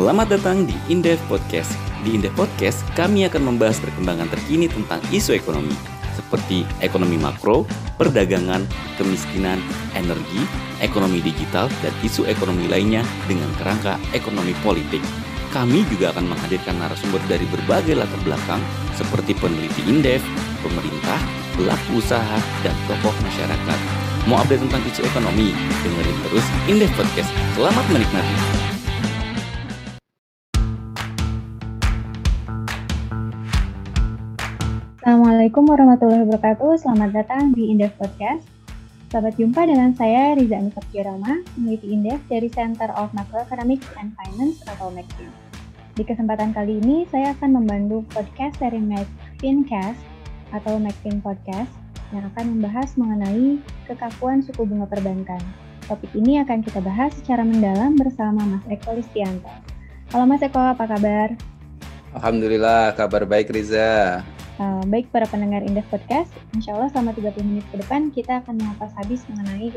Selamat datang di Indef Podcast. Di Indef Podcast, kami akan membahas perkembangan terkini tentang isu ekonomi, seperti ekonomi makro, perdagangan, kemiskinan, energi, ekonomi digital, dan isu ekonomi lainnya dengan kerangka ekonomi politik. Kami juga akan menghadirkan narasumber dari berbagai latar belakang, seperti peneliti Indef, pemerintah, pelaku usaha, dan tokoh masyarakat. Mau update tentang isu ekonomi? Dengerin terus Indef Podcast. Selamat menikmati. Assalamualaikum warahmatullahi wabarakatuh. Selamat datang di Indef Podcast. Selamat jumpa dengan saya Riza Anifakirama, peneliti Indef dari Center of Macroeconomics and Finance atau McFin. Di kesempatan kali ini, saya akan membantu podcast dari McFincast atau McFin Podcast yang akan membahas mengenai kekakuan suku bunga perbankan. Topik ini akan kita bahas secara mendalam bersama Mas Eko Listianto. Halo Mas Eko, apa kabar? Alhamdulillah, kabar baik Riza. Baik para pendengar Indef Podcast, insya Allah selama 30 menit ke depan kita akan mengupas habis mengenai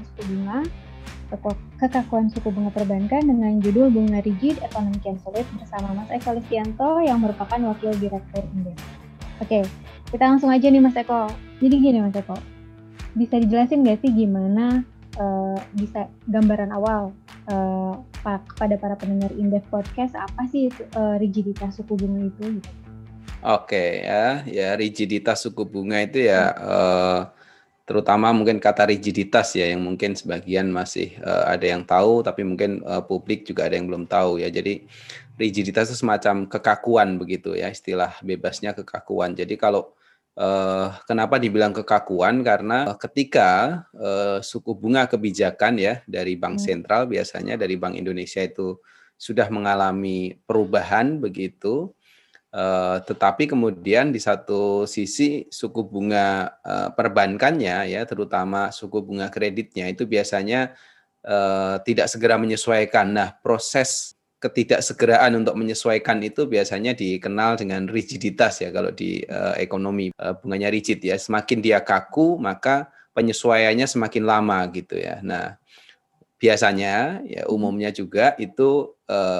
kekakuan suku bunga perbankan dengan judul Bunga Rigid, Ekonomi Kian Sulit bersama Mas Eko Listianto yang merupakan Wakil Direktur Indef. Oke, kita langsung aja nih Mas Eko. Jadi gini Mas Eko, bisa dijelasin nggak sih gimana bisa gambaran awal kepada para pendengar Indef Podcast apa sih rigiditas suku bunga itu? Gitu? Oke, ya rigiditas suku bunga itu ya terutama mungkin kata rigiditas ya yang mungkin sebagian masih ada yang tahu tapi mungkin publik juga ada yang belum tahu ya. Jadi rigiditas itu semacam kekakuan begitu ya, istilah bebasnya kekakuan. Jadi kalau kenapa dibilang kekakuan? Karena ketika suku bunga kebijakan ya dari Bank Sentral biasanya dari Bank Indonesia itu sudah mengalami perubahan begitu. Tetapi kemudian di satu sisi suku bunga perbankannya ya terutama suku bunga kreditnya itu biasanya tidak segera menyesuaikan. Nah, proses ketidaksegeraan untuk menyesuaikan itu biasanya dikenal dengan rigiditas ya kalau di ekonomi bunganya rigid ya. Semakin dia kaku maka penyesuaiannya semakin lama gitu ya. Nah, biasanya ya umumnya juga itu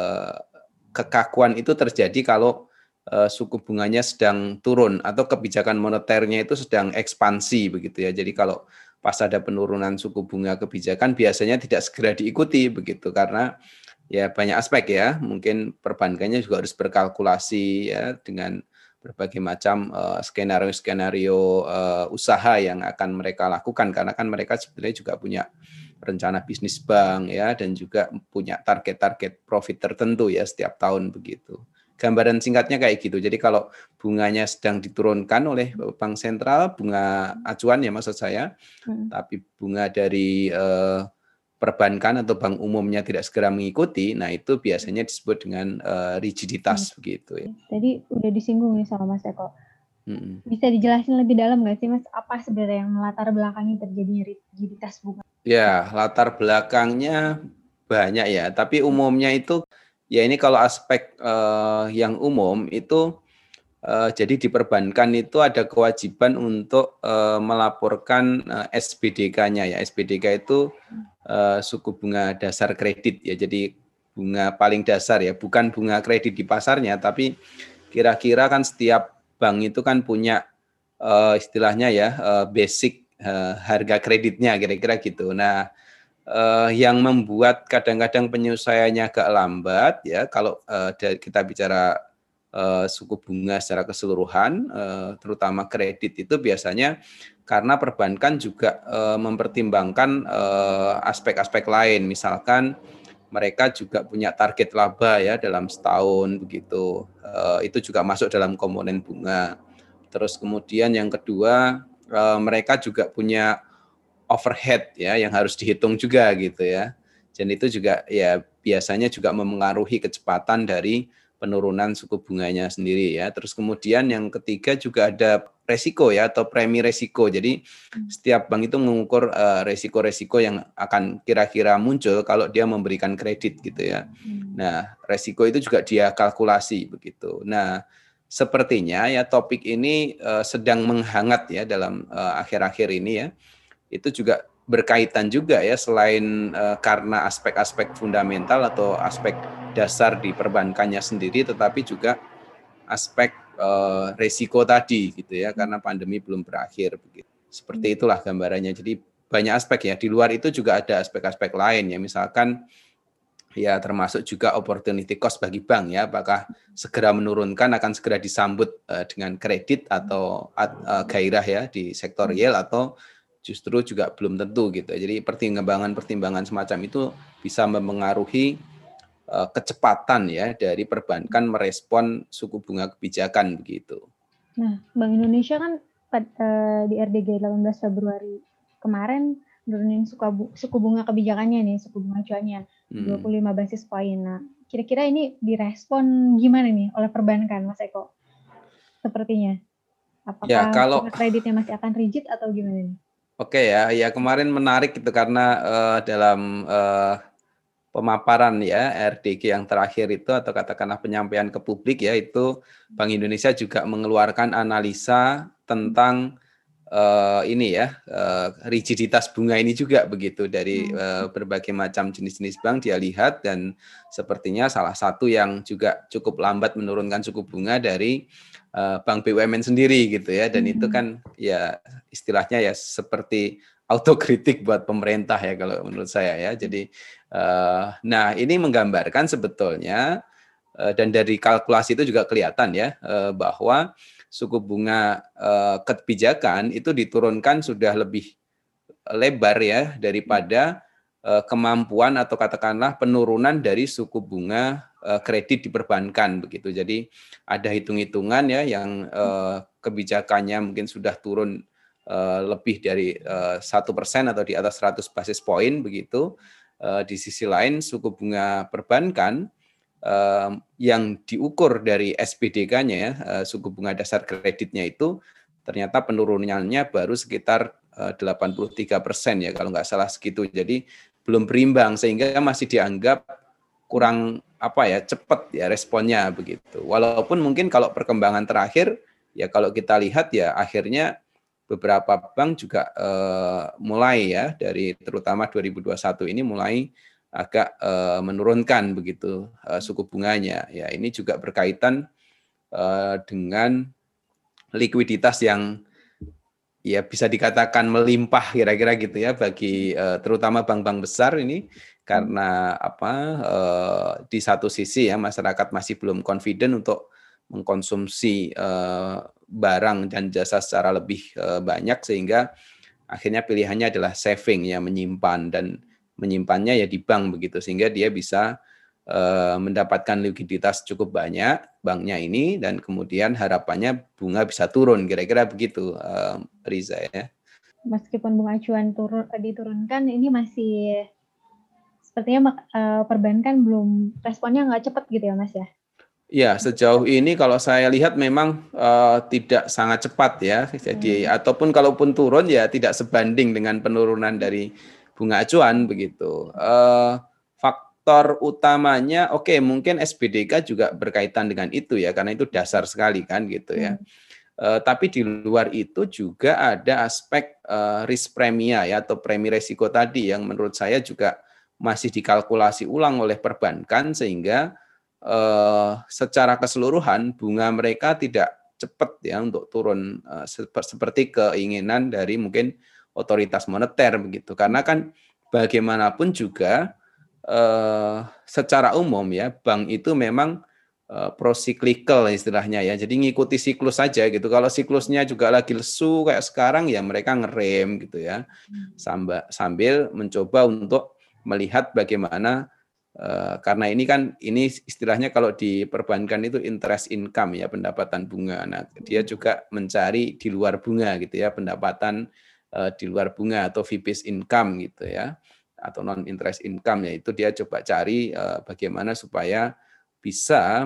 kekakuan itu terjadi kalau suku bunganya sedang turun atau kebijakan moneternya itu sedang ekspansi begitu ya. Jadi kalau pas ada penurunan suku bunga kebijakan biasanya tidak segera diikuti begitu karena ya banyak aspek ya. Mungkin perbankannya juga harus berkalkulasi ya dengan berbagai macam skenario-skenario usaha yang akan mereka lakukan karena kan mereka sebenarnya juga punya rencana bisnis bank ya dan juga punya target-target profit tertentu ya setiap tahun begitu. Gambaran singkatnya kayak gitu. Jadi kalau bunganya sedang diturunkan oleh Bank Sentral, bunga acuan ya maksud saya, tapi bunga dari perbankan atau bank umumnya tidak segera mengikuti, nah itu biasanya disebut dengan rigiditas begitu ya. Tadi udah disinggung nih sama Mas Eko. Bisa dijelasin lebih dalam nggak sih Mas, apa sebenarnya yang melatar belakangi terjadinya rigiditas bunga? Ya, latar belakangnya banyak ya, tapi umumnya itu ya ini kalau aspek yang umum itu jadi di perbankan itu ada kewajiban untuk melaporkan SBDK-nya ya. SBDK itu suku bunga dasar kredit ya. Jadi bunga paling dasar ya, bukan bunga kredit di pasarnya, tapi kira-kira kan setiap bank itu kan punya istilahnya ya basic harga kreditnya kira-kira gitu. Nah, yang membuat kadang-kadang penyesuaiannya agak lambat ya kalau kita bicara suku bunga secara keseluruhan terutama kredit itu biasanya karena perbankan juga mempertimbangkan aspek-aspek lain misalkan mereka juga punya target laba ya dalam setahun begitu itu juga masuk dalam komponen bunga. Terus kemudian yang kedua mereka juga punya overhead ya yang harus dihitung juga gitu ya. Dan itu juga ya biasanya juga memengaruhi kecepatan dari penurunan suku bunganya sendiri ya. Terus kemudian yang ketiga juga ada resiko ya atau premi resiko. Jadi setiap bank itu mengukur resiko-resiko yang akan kira-kira muncul kalau dia memberikan kredit gitu ya. Nah, resiko itu juga dia kalkulasi begitu. Nah, sepertinya ya topik ini sedang menghangat ya dalam akhir-akhir ini ya. Itu juga berkaitan juga ya, selain karena aspek-aspek fundamental atau aspek dasar di perbankannya sendiri, tetapi juga aspek resiko tadi gitu ya, karena pandemi belum berakhir begitu. Seperti itulah gambarannya. Jadi banyak aspek ya. Di luar itu juga ada aspek-aspek lain ya, misalkan ya termasuk juga opportunity cost bagi bank ya, apakah segera menurunkan akan segera disambut dengan kredit atau gairah ya di sektor real, atau justru juga belum tentu gitu. Jadi pertimbangan-pertimbangan semacam itu bisa mempengaruhi kecepatan ya dari perbankan merespon suku bunga kebijakan begitu. Nah, Bank Indonesia kan di RDG 18 Februari kemarin nurunin suku bunga kebijakannya nih, suku bunga acuannya 25 basis poin. Nah, kira-kira ini direspon gimana nih oleh perbankan, Mas Eko? Sepertinya. Apakah ya, kalau kreditnya masih akan rigid atau gimana nih? Oke ya kemarin menarik itu karena dalam pemaparan ya RDG yang terakhir itu, atau katakanlah penyampaian ke publik ya, itu Bank Indonesia juga mengeluarkan analisa tentang ini ya, rigiditas bunga ini juga begitu dari berbagai macam jenis-jenis bank dia lihat, dan sepertinya salah satu yang juga cukup lambat menurunkan suku bunga dari bank BUMN sendiri gitu ya, dan itu kan ya istilahnya ya seperti autokritik buat pemerintah ya kalau menurut saya ya. Jadi nah ini menggambarkan sebetulnya dan dari kalkulasi itu juga kelihatan ya bahwa suku bunga kebijakan itu diturunkan sudah lebih lebar ya daripada kemampuan atau katakanlah penurunan dari suku bunga kredit di perbankan begitu. Jadi ada hitung-hitungan ya yang kebijakannya mungkin sudah turun lebih dari 1% atau di atas 100 basis poin begitu. Di sisi lain suku bunga perbankan yang diukur dari SPDK-nya ya, suku bunga dasar kreditnya itu ternyata penurunannya baru sekitar 83% ya kalau nggak salah segitu. Jadi belum berimbang sehingga masih dianggap kurang cepat ya responnya begitu. Walaupun mungkin kalau perkembangan terakhir ya kalau kita lihat ya akhirnya beberapa bank juga mulai ya dari terutama 2021 ini mulai agak menurunkan begitu suku bunganya. Ya ini juga berkaitan dengan likuiditas yang ya bisa dikatakan melimpah kira-kira gitu ya bagi terutama bank-bank besar ini, karena di satu sisi ya masyarakat masih belum confident untuk mengkonsumsi barang dan jasa secara lebih banyak, sehingga akhirnya pilihannya adalah saving ya, menyimpan, dan menyimpannya ya di bank begitu, sehingga dia bisa mendapatkan likuiditas cukup banyak banknya ini, dan kemudian harapannya bunga bisa turun, kira-kira begitu Riza ya. Meskipun bunga acuan diturunkan, ini masih sepertinya perbankan belum responnya nggak cepat gitu ya Mas ya? Ya, sejauh ini kalau saya lihat memang tidak sangat cepat ya. Jadi ataupun kalaupun turun ya tidak sebanding dengan penurunan dari bunga acuan begitu. Faktor utamanya mungkin SPDK juga berkaitan dengan itu ya, karena itu dasar sekali kan gitu ya. Tapi di luar itu juga ada aspek risk premia ya, atau premi resiko tadi yang menurut saya juga masih dikalkulasi ulang oleh perbankan, sehingga secara keseluruhan bunga mereka tidak cepat ya untuk turun seperti keinginan dari mungkin otoritas moneter begitu. Karena kan bagaimanapun juga secara umum ya bank itu memang procyclical istilahnya ya. Jadi ngikuti siklus saja gitu. Kalau siklusnya juga lagi lesu kayak sekarang ya mereka ngerem gitu ya. Sambil mencoba untuk melihat bagaimana karena ini istilahnya kalau di perbankan itu interest income ya, pendapatan bunga. Nah, dia juga mencari di luar bunga gitu ya, pendapatan di luar bunga atau fee based income gitu ya, atau non interest income, ya itu dia coba cari bagaimana supaya bisa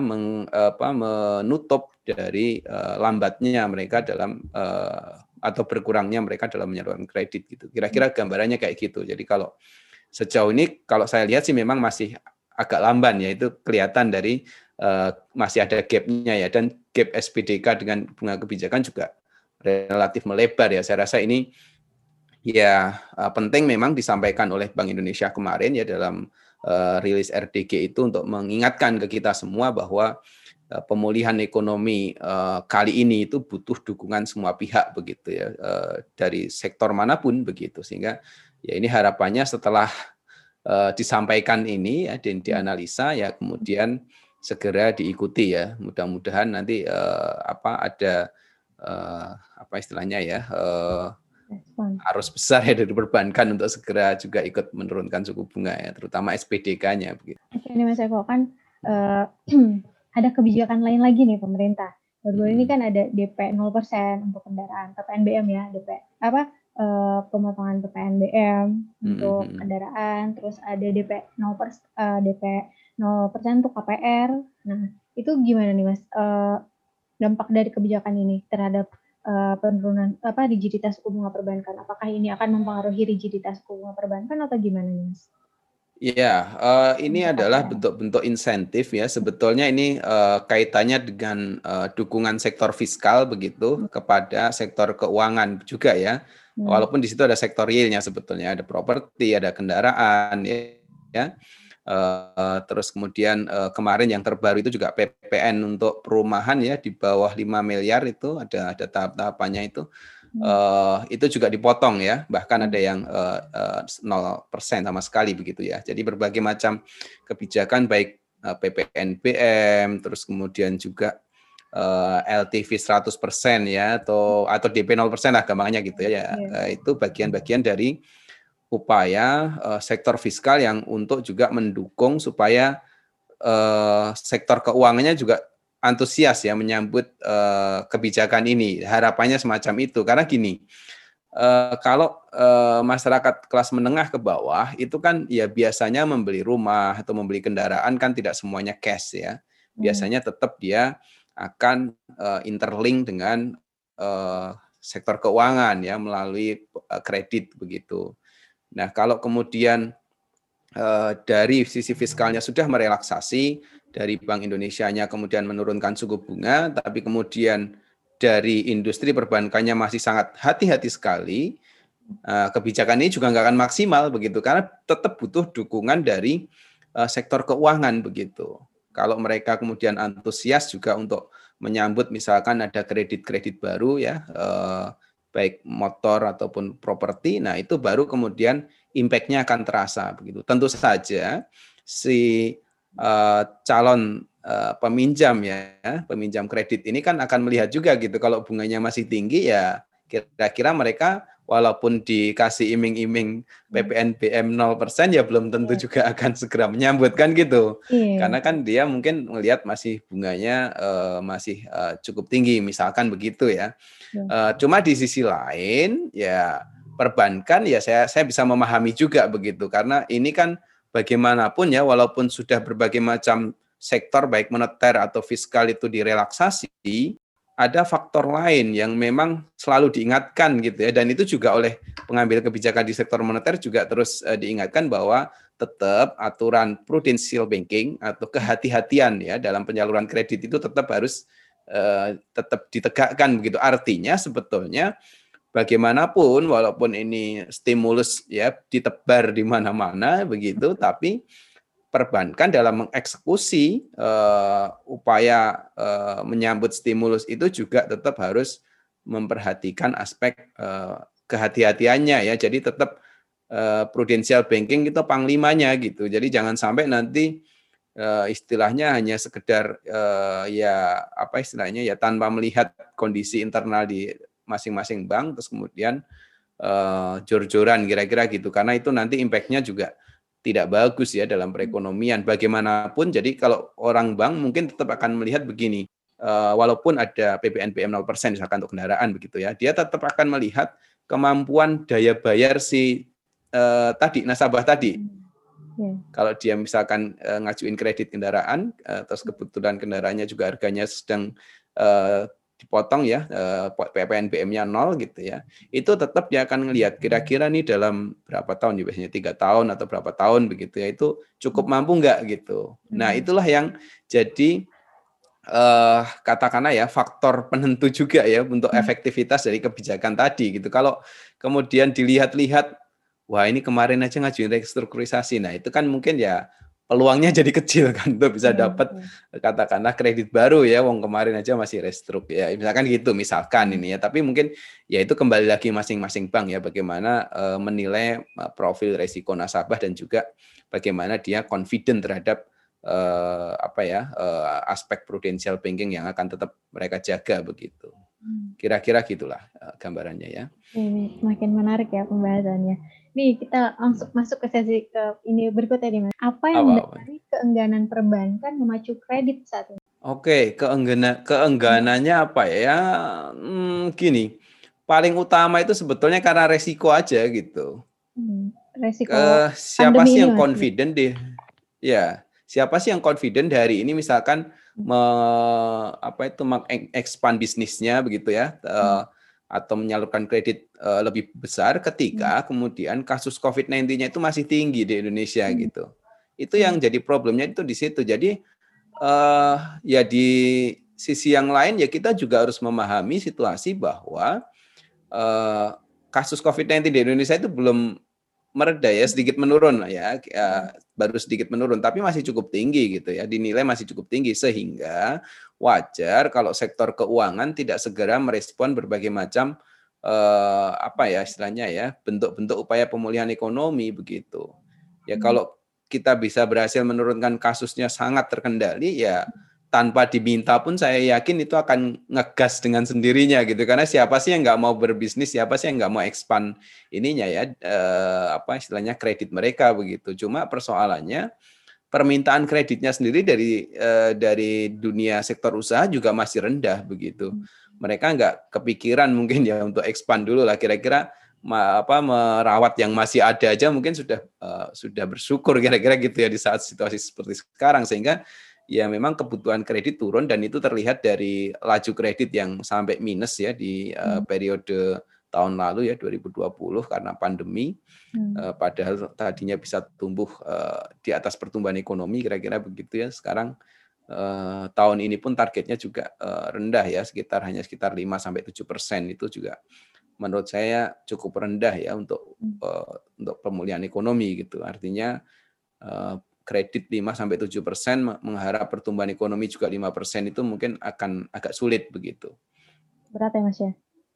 menutup dari lambatnya mereka dalam atau berkurangnya mereka dalam menyalurkan kredit gitu. Kira-kira gambarannya kayak gitu. Jadi kalau sejauh ini kalau saya lihat sih memang masih agak lamban ya, itu kelihatan dari masih ada gap-nya ya, dan gap SPDK dengan bunga kebijakan juga relatif melebar ya. Saya rasa ini Ya, penting memang disampaikan oleh Bank Indonesia kemarin ya dalam rilis RDG itu untuk mengingatkan ke kita semua bahwa pemulihan ekonomi kali ini itu butuh dukungan semua pihak begitu ya, dari sektor manapun begitu, sehingga ya ini harapannya setelah disampaikan ini ya dan dianalisa ya kemudian segera diikuti ya, mudah-mudahan nanti ada apa istilahnya ya, Respon. arus besar ya dari perbankan untuk segera juga ikut menurunkan suku bunga ya, terutama SPDK-nya begitu. Oke, ini Mas Eko kan ada kebijakan lain lagi nih pemerintah. Baru-baru ini kan ada DP 0% untuk kendaraan, PPNBM ya, pemotongan PPNBM untuk kendaraan, terus ada DP 0% untuk KPR. Nah, itu gimana nih Mas? Dampak dari kebijakan ini terhadap penurunan rigiditas suku bunga perbankan? Apakah ini akan mempengaruhi rigiditas suku bunga perbankan atau gimana nih Mas? Iya, ini Untuk adalah KPR. bentuk-bentuk insentif ya. Sebetulnya ini kaitannya dengan dukungan sektor fiskal begitu kepada sektor keuangan juga ya. Walaupun di situ ada sektor realnya sebetulnya, ada properti, ada kendaraan ya. Terus kemudian kemarin yang terbaru itu juga PPN untuk perumahan ya di bawah 5 miliar itu ada tahap-tahapannya itu juga dipotong ya, bahkan ada yang 0% sama sekali begitu ya. Jadi berbagai macam kebijakan baik PPNBM, terus kemudian juga LTV 100% ya atau DP 0% lah gampangnya gitu ya. Itu bagian-bagian dari upaya sektor fiskal yang untuk juga mendukung supaya sektor keuangannya juga antusias ya menyambut kebijakan ini. Harapannya semacam itu. Karena gini, kalau masyarakat kelas menengah ke bawah itu kan ya biasanya membeli rumah atau membeli kendaraan kan tidak semuanya cash ya. Biasanya tetap dia akan interlink dengan sektor keuangan ya melalui kredit begitu. Nah, kalau kemudian dari sisi fiskalnya sudah merelaksasi, dari Bank Indonesianya kemudian menurunkan suku bunga, tapi kemudian dari industri perbankannya masih sangat hati-hati sekali, kebijakan ini juga nggak akan maksimal begitu, karena tetap butuh dukungan dari sektor keuangan begitu. Kalau mereka kemudian antusias juga untuk menyambut misalkan ada kredit-kredit baru ya, baik motor ataupun properti, nah itu baru kemudian impact-nya akan terasa begitu. Tentu saja si calon peminjam kredit ini kan akan melihat juga gitu kalau bunganya masih tinggi ya kira-kira mereka walaupun dikasih iming-iming PPNBM 0% ya belum tentu juga akan segera menyambut kan gitu. Karena kan dia mungkin melihat masih bunganya masih cukup tinggi misalkan begitu ya. Cuma di sisi lain ya perbankan ya saya bisa memahami juga begitu karena ini kan bagaimanapun ya walaupun sudah berbagai macam sektor baik moneter atau fiskal itu direlaksasi, ada faktor lain yang memang selalu diingatkan gitu ya dan itu juga oleh pengambil kebijakan di sektor moneter juga terus diingatkan bahwa tetap aturan prudential banking atau kehati-hatian ya dalam penyaluran kredit itu tetap harus tetap ditegakkan begitu. Artinya sebetulnya bagaimanapun walaupun ini stimulus ya ditebar di mana-mana begitu, tapi perbankan dalam mengeksekusi upaya menyambut stimulus itu juga tetap harus memperhatikan aspek kehati-hatiannya ya. Jadi tetap prudential banking itu panglimanya gitu. Jadi jangan sampai nanti istilahnya hanya sekedar ya apa istilahnya ya tanpa melihat kondisi internal di masing-masing bank terus kemudian jor-joran kira-kira gitu karena itu nanti impact-nya juga tidak bagus ya dalam perekonomian bagaimanapun. Jadi kalau orang bank mungkin tetap akan melihat begini, walaupun ada PPNBM 0% misalkan untuk kendaraan begitu ya, dia tetap akan melihat kemampuan daya bayar si nasabah tadi. Kalau dia misalkan ngajuin kredit kendaraan, terus kebetulan kendaraannya juga harganya sedang dipotong ya, PPNBM-nya 0 gitu ya, itu tetap dia akan melihat kira-kira nih dalam berapa tahun, biasanya 3 tahun atau berapa tahun begitu ya, itu cukup mampu nggak gitu. Nah itulah yang jadi katakanlah ya faktor penentu juga ya untuk efektivitas dari kebijakan tadi gitu. Kalau kemudian dilihat-lihat, wah ini kemarin aja ngajuin restrukturisasi, nah itu kan mungkin ya peluangnya jadi kecil kan untuk bisa Iya, dapat betul. katakanlah kredit baru ya, wong kemarin aja masih restruk ya, misalkan gitu misalkan ini ya. Tapi mungkin ya itu kembali lagi masing-masing bank ya bagaimana menilai profil resiko nasabah dan juga bagaimana dia confident terhadap aspek prudential banking yang akan tetap mereka jaga begitu. Kira-kira gitulah gambarannya ya. Ini semakin menarik ya pembahasannya. Nih kita langsung masuk ke sesi ini berikutnya nih Mas. Apa yang mendasari keengganan perbankan memacu kredit saat ini? Oke, keengganannya apa ya? Gini, paling utama itu sebetulnya karena resiko aja gitu. Resiko Siapa pandemi sih ini yang Mas? confident deh? Ya, siapa sih yang confident hari ini misalkan mengekspand bisnisnya begitu ya, atau menyalurkan kredit lebih besar ketika kemudian kasus COVID-19-nya itu masih tinggi di Indonesia gitu. Itu yang jadi problemnya itu di situ. Jadi ya di sisi yang lain ya kita juga harus memahami situasi bahwa kasus COVID-19 di Indonesia itu belum mereda ya, sedikit menurun lah ya, baru sedikit menurun, tapi masih cukup tinggi gitu ya, dinilai masih cukup tinggi sehingga wajar kalau sektor keuangan tidak segera merespon berbagai macam istilahnya ya, bentuk-bentuk upaya pemulihan ekonomi begitu. Ya kalau kita bisa berhasil menurunkan kasusnya sangat terkendali ya tanpa diminta pun saya yakin itu akan ngegas dengan sendirinya gitu, karena siapa sih yang nggak mau berbisnis, siapa sih yang nggak mau expand ininya ya istilahnya kredit mereka begitu. Cuma persoalannya permintaan kreditnya sendiri dari dunia sektor usaha juga masih rendah begitu. Mereka nggak kepikiran mungkin ya untuk expand dulu lah, kira-kira merawat yang masih ada aja mungkin sudah bersyukur kira-kira gitu ya di saat situasi seperti sekarang, sehingga ya memang kebutuhan kredit turun dan itu terlihat dari laju kredit yang sampai minus ya di periode tahun lalu ya 2020 karena pandemi. Padahal tadinya bisa tumbuh di atas pertumbuhan ekonomi kira-kira begitu ya. Sekarang tahun ini pun targetnya juga rendah ya, hanya sekitar 5-7%. Itu juga menurut saya cukup rendah ya untuk pemulihan ekonomi gitu. Artinya kredit 5-7%, mengharap pertumbuhan ekonomi juga 5% itu mungkin akan agak sulit begitu. Berat ya Mas ya?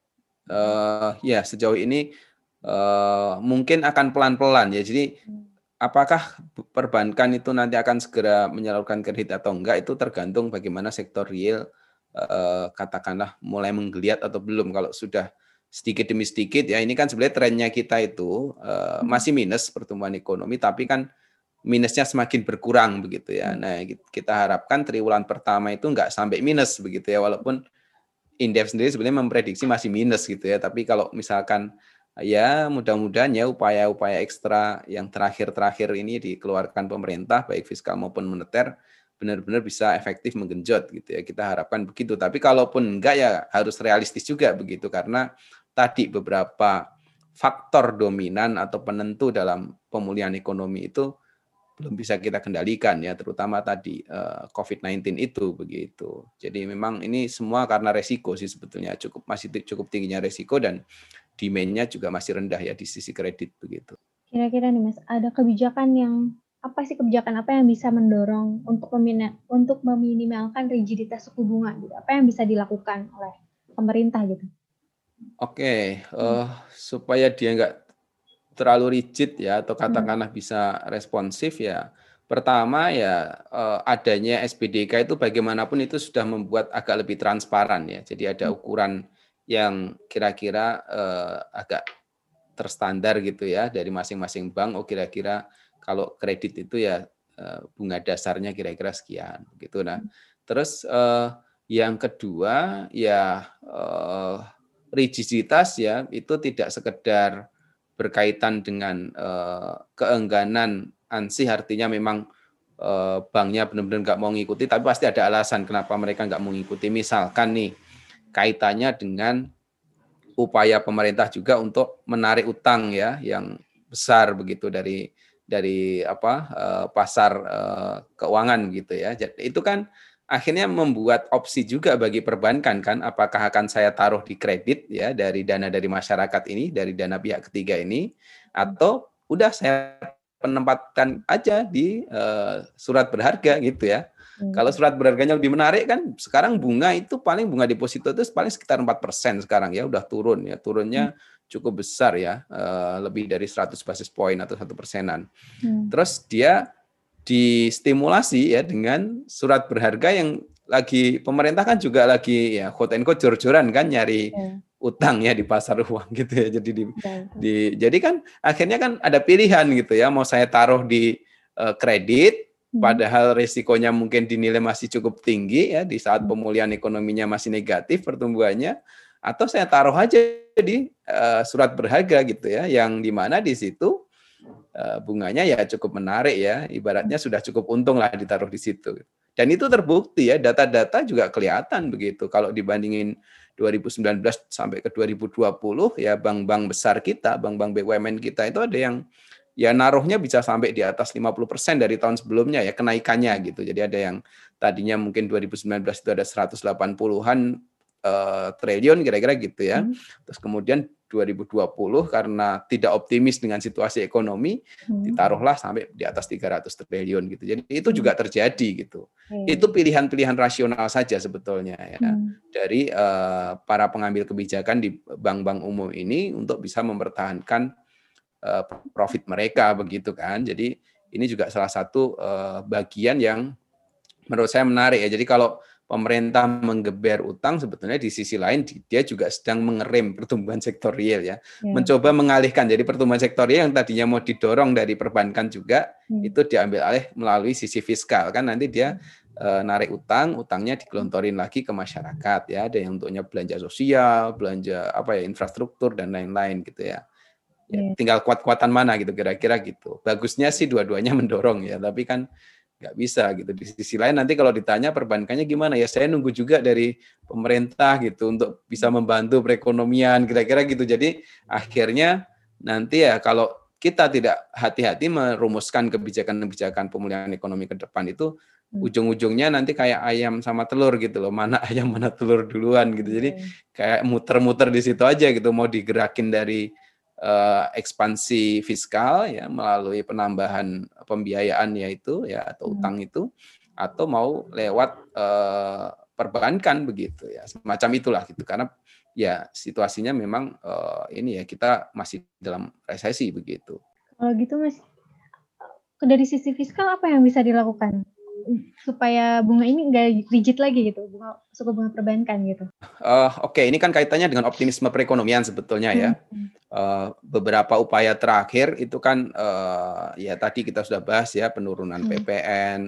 Ya sejauh ini mungkin akan pelan-pelan ya. Jadi apakah perbankan itu nanti akan segera menyalurkan kredit atau enggak itu tergantung bagaimana sektor real katakanlah mulai menggeliat atau belum. Kalau sudah sedikit demi sedikit ya, ini kan sebenarnya trennya kita itu masih minus pertumbuhan ekonomi, tapi kan minusnya semakin berkurang begitu ya. Nah, kita harapkan triwulan pertama itu enggak sampai minus begitu ya, walaupun Indef sendiri sebenarnya memprediksi masih minus gitu ya. Tapi kalau misalkan ya mudah-mudahan ya upaya-upaya ekstra yang terakhir-terakhir ini dikeluarkan pemerintah baik fiskal maupun moneter benar-benar bisa efektif menggenjot gitu ya. Kita harapkan begitu. Tapi kalaupun enggak ya harus realistis juga begitu, karena tadi beberapa faktor dominan atau penentu dalam pemulihan ekonomi itu belum bisa kita kendalikan ya, terutama tadi COVID-19 itu begitu. Jadi memang ini semua karena resiko sih sebetulnya, masih cukup tingginya resiko dan demand-nya juga masih rendah ya di sisi kredit begitu. Kira-kira nih Mas, ada kebijakan apa yang bisa mendorong untuk meminimalkan rigiditas suku bunga gitu? Apa yang bisa dilakukan oleh pemerintah gitu? Oke, supaya dia nggak terlalu rigid ya, atau katakanlah bisa responsif ya. Pertama ya adanya SPDK itu bagaimanapun itu sudah membuat agak lebih transparan ya. Jadi ada ukuran yang kira-kira agak terstandar gitu ya dari masing-masing bank. Oh kira-kira kalau kredit itu ya bunga dasarnya kira-kira sekian gitu. Nah, terus yang kedua ya rigiditas ya, itu tidak sekedar berkaitan dengan keengganan ansih, artinya memang banknya benar-benar nggak mau ngikuti, tapi pasti ada alasan kenapa mereka nggak mau ngikuti. Misalkan nih kaitannya dengan upaya pemerintah juga untuk menarik utang ya yang besar begitu dari pasar keuangan gitu ya. Jadi itu kan akhirnya membuat opsi juga bagi perbankan kan, apakah akan saya taruh di kredit ya dari dana dari masyarakat ini, dari dana pihak ketiga ini, atau udah saya penempatkan aja di surat berharga gitu ya. Kalau surat berharganya lebih menarik kan, sekarang bunga itu paling bunga deposito itu paling sekitar 4% sekarang ya, udah turun ya, turunnya cukup besar ya, lebih dari 100 basis point atau 1%-an. Terus dia distimulasi ya dengan surat berharga yang lagi pemerintah kan juga lagi ya quote and quote jor-joran kan nyari utang ya di pasar uang gitu ya. Jadi jadi kan akhirnya kan ada pilihan gitu ya, mau saya taruh di kredit padahal risikonya mungkin dinilai masih cukup tinggi ya di saat pemulihan ekonominya masih negatif pertumbuhannya, atau saya taruh aja di surat berharga gitu ya, yang dimana di situ bunganya ya cukup menarik ya, ibaratnya sudah cukup untung lah ditaruh di situ. Dan itu terbukti ya, data-data juga kelihatan begitu. Kalau dibandingin 2019 sampai ke 2020 ya bank-bank besar kita, bank-bank BUMN kita itu ada yang ya naruhnya bisa sampai di atas 50% dari tahun sebelumnya ya kenaikannya gitu. Jadi ada yang tadinya mungkin 2019 itu ada 180-an triliun kira-kira gitu ya. Terus kemudian 2020 karena tidak optimis dengan situasi ekonomi ditaruhlah sampai di atas 300 triliun gitu. Jadi itu juga terjadi gitu. Itu pilihan-pilihan rasional saja sebetulnya ya dari para pengambil kebijakan di bank-bank umum ini untuk bisa mempertahankan profit mereka begitu kan. Jadi ini juga salah satu bagian yang menurut saya menarik ya. Jadi kalau pemerintah menggeber utang, sebetulnya di sisi lain dia juga sedang mengerem pertumbuhan sektor real ya. Mencoba mengalihkan. Jadi pertumbuhan sektor real yang tadinya mau didorong dari perbankan juga itu diambil alih melalui sisi fiskal kan, nanti dia narik utangnya digelontorin lagi ke masyarakat ya. Ada yang untuknya belanja sosial, belanja infrastruktur dan lain-lain gitu ya. Tinggal kuat-kuatan mana gitu kira-kira gitu. Bagusnya sih dua-duanya mendorong ya, tapi kan nggak bisa gitu. Di sisi lain nanti kalau ditanya perbankannya gimana ya, saya nunggu juga dari pemerintah gitu untuk bisa membantu perekonomian kira-kira gitu. Jadi akhirnya nanti ya kalau kita tidak hati-hati merumuskan kebijakan-kebijakan pemulihan ekonomi ke depan itu ujung-ujungnya nanti kayak ayam sama telur gitu loh, mana ayam mana telur duluan gitu. Jadi kayak muter-muter di situ aja gitu, mau digerakin dari ekspansi fiskal ya melalui penambahan pembiayaan yaitu ya atau utang itu, atau mau lewat perbankan begitu ya, semacam itulah gitu. Karena ya situasinya memang ini ya, kita masih dalam resesi begitu. Kalau gitu Mas, dari sisi fiskal apa yang bisa dilakukan supaya bunga ini nggak rigid lagi gitu, suku bunga perbankan gitu? Oke, ini kan kaitannya dengan optimisme perekonomian sebetulnya ya. Beberapa upaya terakhir itu kan ya tadi kita sudah bahas ya, penurunan PPN,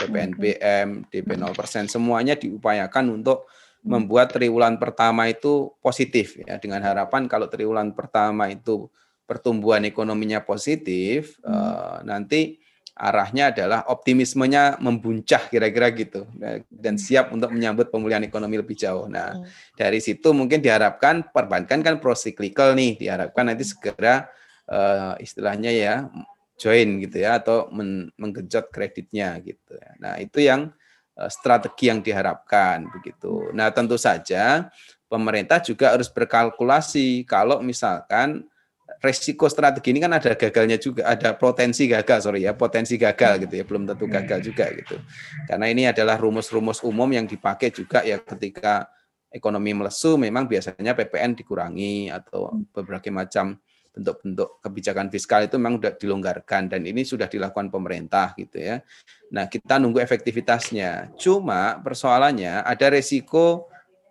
PPNBM, DP 0%, semuanya diupayakan untuk membuat triwulan pertama itu positif ya, dengan harapan kalau triwulan pertama itu pertumbuhan ekonominya positif, nanti arahnya adalah optimismenya membuncah kira-kira gitu dan siap untuk menyambut pemulihan ekonomi lebih jauh. Nah, dari situ mungkin diharapkan perbankan kan procyclical nih, diharapkan nanti segera istilahnya ya join gitu ya, atau menggenjot kreditnya gitu. Nah, itu yang strategi yang diharapkan begitu. Nah, tentu saja pemerintah juga harus berkalkulasi kalau misalkan resiko strategi ini kan ada gagalnya juga, ada potensi gagal gitu ya, belum tentu gagal juga gitu. Karena ini adalah rumus-rumus umum yang dipakai juga ya ketika ekonomi melesu, memang biasanya PPN dikurangi atau berbagai macam bentuk-bentuk kebijakan fiskal itu memang sudah dilonggarkan, dan ini sudah dilakukan pemerintah gitu ya. Nah, kita nunggu efektivitasnya. Cuma persoalannya ada resiko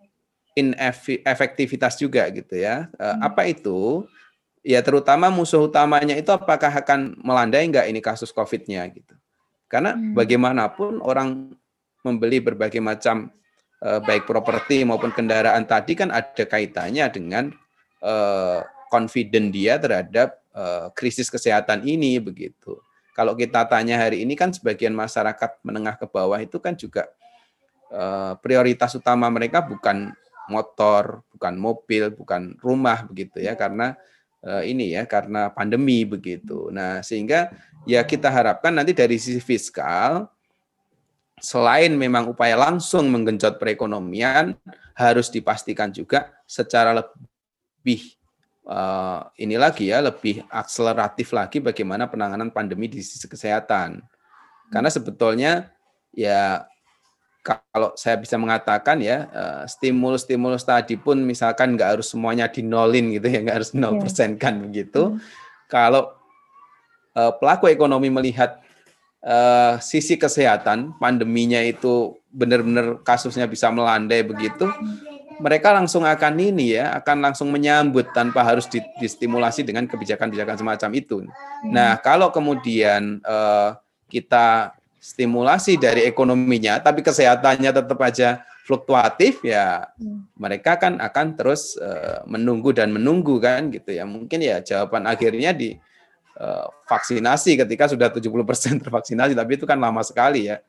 inefektivitas juga gitu ya. Apa itu? Ya terutama musuh utamanya itu apakah akan melandai enggak ini kasus COVID-nya gitu. Karena bagaimanapun orang membeli berbagai macam baik properti maupun kendaraan tadi kan ada kaitannya dengan confident dia terhadap krisis kesehatan ini begitu. Kalau kita tanya hari ini kan sebagian masyarakat menengah ke bawah itu kan juga prioritas utama mereka bukan motor, bukan mobil, bukan rumah begitu ya, karena ini ya, karena pandemi begitu. Nah, sehingga ya kita harapkan nanti dari sisi fiskal selain memang upaya langsung menggenjot perekonomian, harus dipastikan juga secara lebih ini lagi ya, lebih akseleratif lagi bagaimana penanganan pandemi di sisi kesehatan. Karena sebetulnya ya kalau saya bisa mengatakan ya, stimulus-stimulus tadi pun misalkan nggak harus semuanya dinolin gitu ya, nggak harus 0% kan begitu. Kalau pelaku ekonomi melihat sisi kesehatan, pandeminya itu benar-benar kasusnya bisa melandai begitu, mereka langsung akan akan langsung menyambut tanpa harus distimulasi dengan kebijakan-kebijakan semacam itu. Nah, kalau kemudian kita stimulasi dari ekonominya, tapi kesehatannya tetap aja fluktuatif, ya mereka kan akan terus menunggu dan menunggu kan gitu ya. Mungkin ya jawaban akhirnya di vaksinasi ketika sudah 70% tervaksinasi, tapi itu kan lama sekali ya,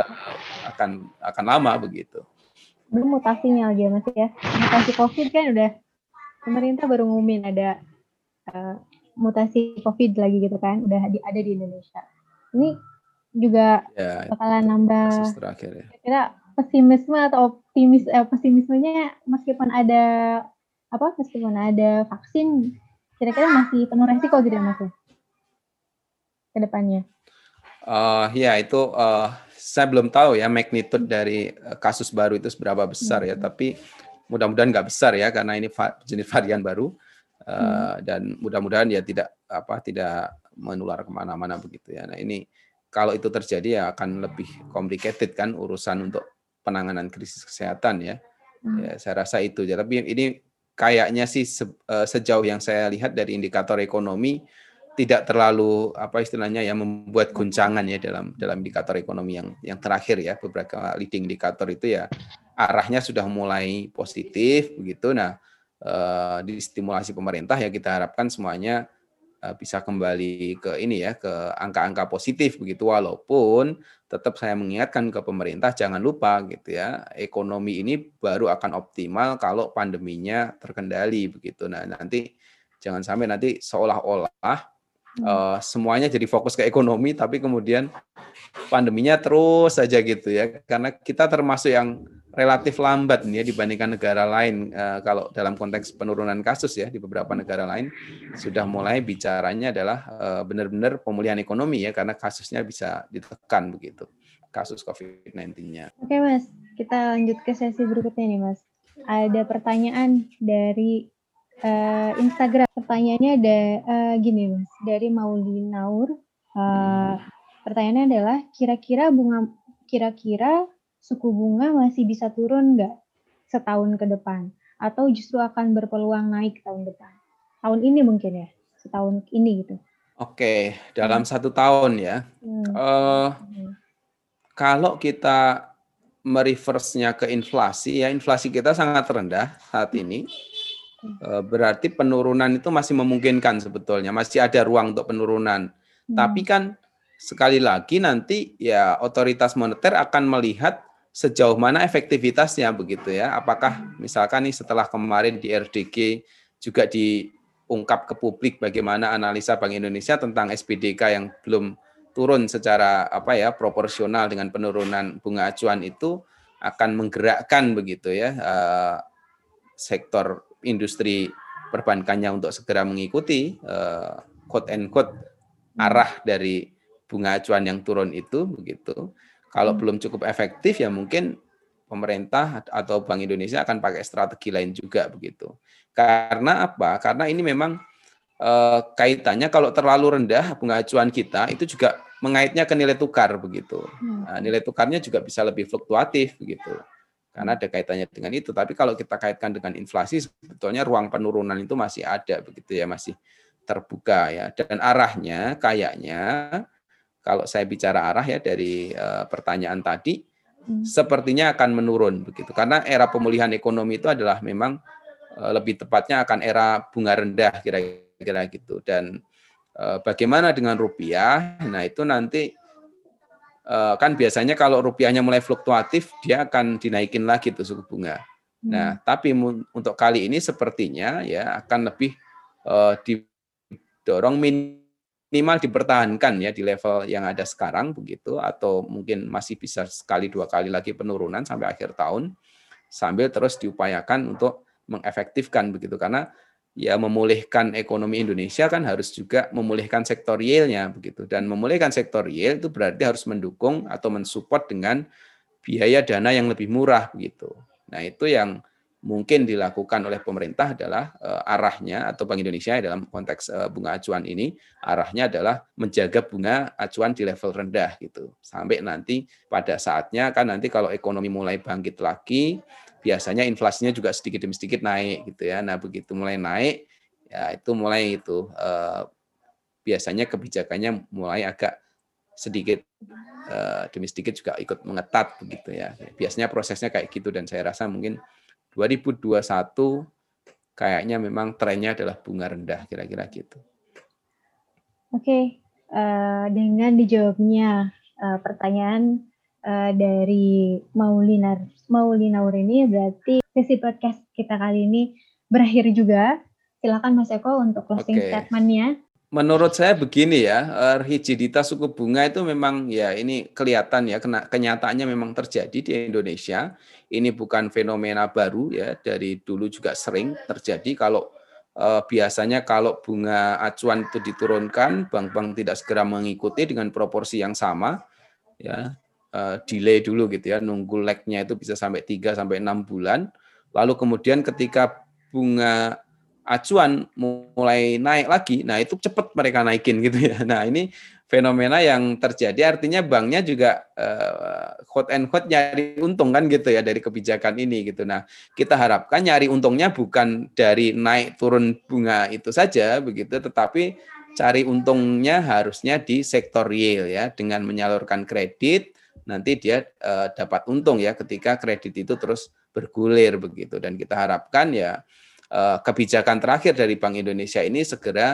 akan lama begitu. Belum mutasinya lagi ya Mas ya. Mutasi COVID kan udah pemerintah baru ngumumin ada mutasi COVID lagi gitu kan, udah ada di Indonesia. Ini juga bakalan nambah kira-kira pesimisme atau pesimismenya meskipun ada vaksin, kira-kira masih penuh resiko gitu ya Mas ya ke depannya. Ya itu saya belum tahu ya magnitude dari kasus baru itu seberapa besar ya, tapi mudah-mudahan nggak besar ya karena ini jenis varian baru dan mudah-mudahan ya tidak menular kemana-mana begitu ya. Nah ini kalau itu terjadi ya akan lebih complicated kan urusan untuk penanganan krisis kesehatan ya. Ya saya rasa itu ya. Tapi ini kayaknya sih sejauh yang saya lihat dari indikator ekonomi tidak terlalu membuat guncangan ya dalam indikator ekonomi yang terakhir ya, beberapa leading indikator itu ya arahnya sudah mulai positif begitu. Nah, distimulasi pemerintah ya kita harapkan semuanya bisa kembali ke ke angka-angka positif begitu, walaupun tetap saya mengingatkan ke pemerintah jangan lupa gitu ya, ekonomi ini baru akan optimal kalau pandeminya terkendali begitu. Nah, nanti jangan sampai nanti seolah-olah semuanya jadi fokus ke ekonomi, tapi kemudian pandeminya terus saja gitu ya, karena kita termasuk yang relatif lambat nih ya dibandingkan negara lain. Kalau dalam konteks penurunan kasus ya, di beberapa negara lain sudah mulai bicaranya adalah benar-benar pemulihan ekonomi ya, karena kasusnya bisa ditekan begitu, kasus COVID-19-nya. Oke Mas, kita lanjut ke sesi berikutnya nih Mas. Ada pertanyaan dari Instagram. Pertanyaannya ada gini Mas, dari Mauli Naur. Pertanyaannya adalah kira-kira suku bunga masih bisa turun nggak setahun ke depan, atau justru akan berpeluang naik tahun depan? Tahun ini mungkin ya, setahun ini gitu. Oke, dalam 1 tahun ya. Kalau kita mereverse-nya ke inflasi ya, inflasi kita sangat rendah saat ini. Berarti penurunan itu masih memungkinkan sebetulnya, masih ada ruang untuk penurunan. Tapi kan sekali lagi nanti ya otoritas moneter akan melihat sejauh mana efektivitasnya begitu ya. Apakah misalkan nih setelah kemarin di RDG juga diungkap ke publik bagaimana analisa Bank Indonesia tentang SBDK yang belum turun secara proporsional dengan penurunan bunga acuan itu akan menggerakkan begitu ya sektor industri perbankannya untuk segera mengikuti quote and quote arah dari bunga acuan yang turun itu begitu. Kalau belum cukup efektif ya mungkin pemerintah atau Bank Indonesia akan pakai strategi lain juga begitu. Karena apa? Karena ini memang kaitannya kalau terlalu rendah bunga acuan kita itu juga mengaitnya ke nilai tukar begitu. Nah, nilai tukarnya juga bisa lebih fluktuatif begitu. Karena ada kaitannya dengan itu. Tapi kalau kita kaitkan dengan inflasi, sebetulnya ruang penurunan itu masih ada begitu ya, masih terbuka ya. Dan arahnya kayaknya kalau saya bicara arah ya dari pertanyaan tadi, sepertinya akan menurun begitu. Karena era pemulihan ekonomi itu adalah memang lebih tepatnya akan era bunga rendah kira-kira gitu. Dan bagaimana dengan rupiah? Nah itu nanti kan biasanya kalau rupiahnya mulai fluktuatif, dia akan dinaikin lagi tuh suku bunga. Nah, tapi untuk kali ini sepertinya ya akan lebih didorong minimal dipertahankan ya di level yang ada sekarang begitu, atau mungkin masih bisa sekali 2 kali lagi penurunan sampai akhir tahun, sambil terus diupayakan untuk mengefektifkan begitu, karena ya memulihkan ekonomi Indonesia kan harus juga memulihkan sektor realnya begitu, dan memulihkan sektor real itu berarti harus mendukung atau mensupport dengan biaya dana yang lebih murah begitu. Nah, itu yang mungkin dilakukan oleh pemerintah adalah arahnya, atau Bank Indonesia dalam konteks bunga acuan ini, arahnya adalah menjaga bunga acuan di level rendah gitu. Sampai nanti pada saatnya kan nanti kalau ekonomi mulai bangkit lagi, biasanya inflasinya juga sedikit demi sedikit naik gitu ya. Nah, begitu mulai naik, ya itu mulai itu biasanya kebijakannya mulai agak sedikit demi sedikit juga ikut mengetat begitu ya. Biasanya prosesnya kayak gitu, dan saya rasa mungkin 2021 kayaknya memang trennya adalah bunga rendah, kira-kira gitu. Oke, dengan dijawabnya pertanyaan dari Maulina ini, berarti sesi podcast kita kali ini berakhir juga. Silakan Mas Eko untuk closing statement-nya. Menurut saya begini ya, rigiditas suku bunga itu memang ya ini kelihatan ya, kenyataannya memang terjadi di Indonesia. Ini bukan fenomena baru ya, dari dulu juga sering terjadi. Kalau biasanya kalau bunga acuan itu diturunkan, bank-bank tidak segera mengikuti dengan proporsi yang sama, ya delay dulu gitu ya, nunggu lag-nya itu bisa sampai 3 sampai 6 bulan. Lalu kemudian ketika bunga acuan mulai naik lagi, nah itu cepat mereka naikin gitu ya. Nah, ini fenomena yang terjadi, artinya banknya juga quote and quote nyari untung kan gitu ya dari kebijakan ini gitu. Nah, kita harapkan nyari untungnya bukan dari naik turun bunga itu saja begitu, tetapi cari untungnya harusnya di sektor real ya, dengan menyalurkan kredit nanti dia dapat untung ya ketika kredit itu terus bergulir begitu. Dan kita harapkan ya kebijakan terakhir dari Bank Indonesia ini segera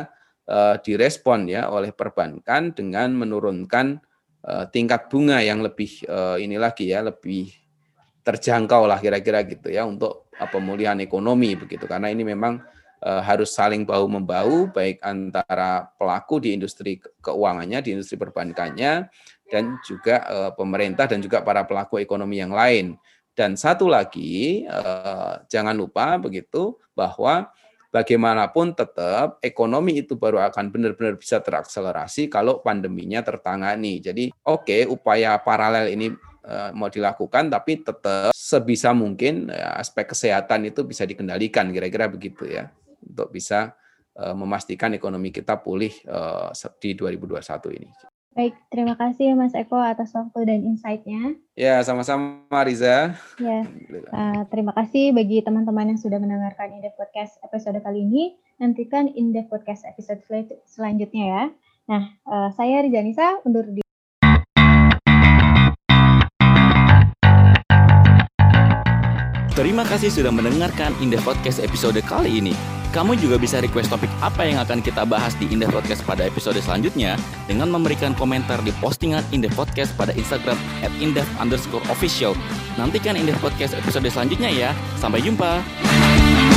direspon ya oleh perbankan dengan menurunkan tingkat bunga yang lebih ini lagi ya, lebih terjangkau lah kira-kira gitu ya, untuk pemulihan ekonomi begitu. Karena ini memang harus saling bahu membahu, baik antara pelaku di industri keuangannya, di industri perbankannya, dan juga pemerintah dan juga para pelaku ekonomi yang lain. Dan satu lagi, jangan lupa begitu bahwa bagaimanapun tetap ekonomi itu baru akan benar-benar bisa terakselerasi kalau pandeminya tertangani. Jadi upaya paralel ini mau dilakukan, tapi tetap sebisa mungkin aspek kesehatan itu bisa dikendalikan, kira-kira begitu ya, untuk bisa memastikan ekonomi kita pulih di 2021 ini. Baik, terima kasih Mas Eko atas waktu dan insight-nya. Ya, sama-sama Riza. Ya, terima kasih bagi teman-teman yang sudah mendengarkan Indef Podcast episode kali ini. Nantikan Indef Podcast episode selanjutnya ya. Nah, saya Riza Nisa undur diri. Terima kasih sudah mendengarkan Indef Podcast episode kali ini. Kamu juga bisa request topik apa yang akan kita bahas di Indef Podcast pada episode selanjutnya dengan memberikan komentar di postingan Indef Podcast pada Instagram @indef_official. Nantikan Indef Podcast episode selanjutnya ya. Sampai jumpa.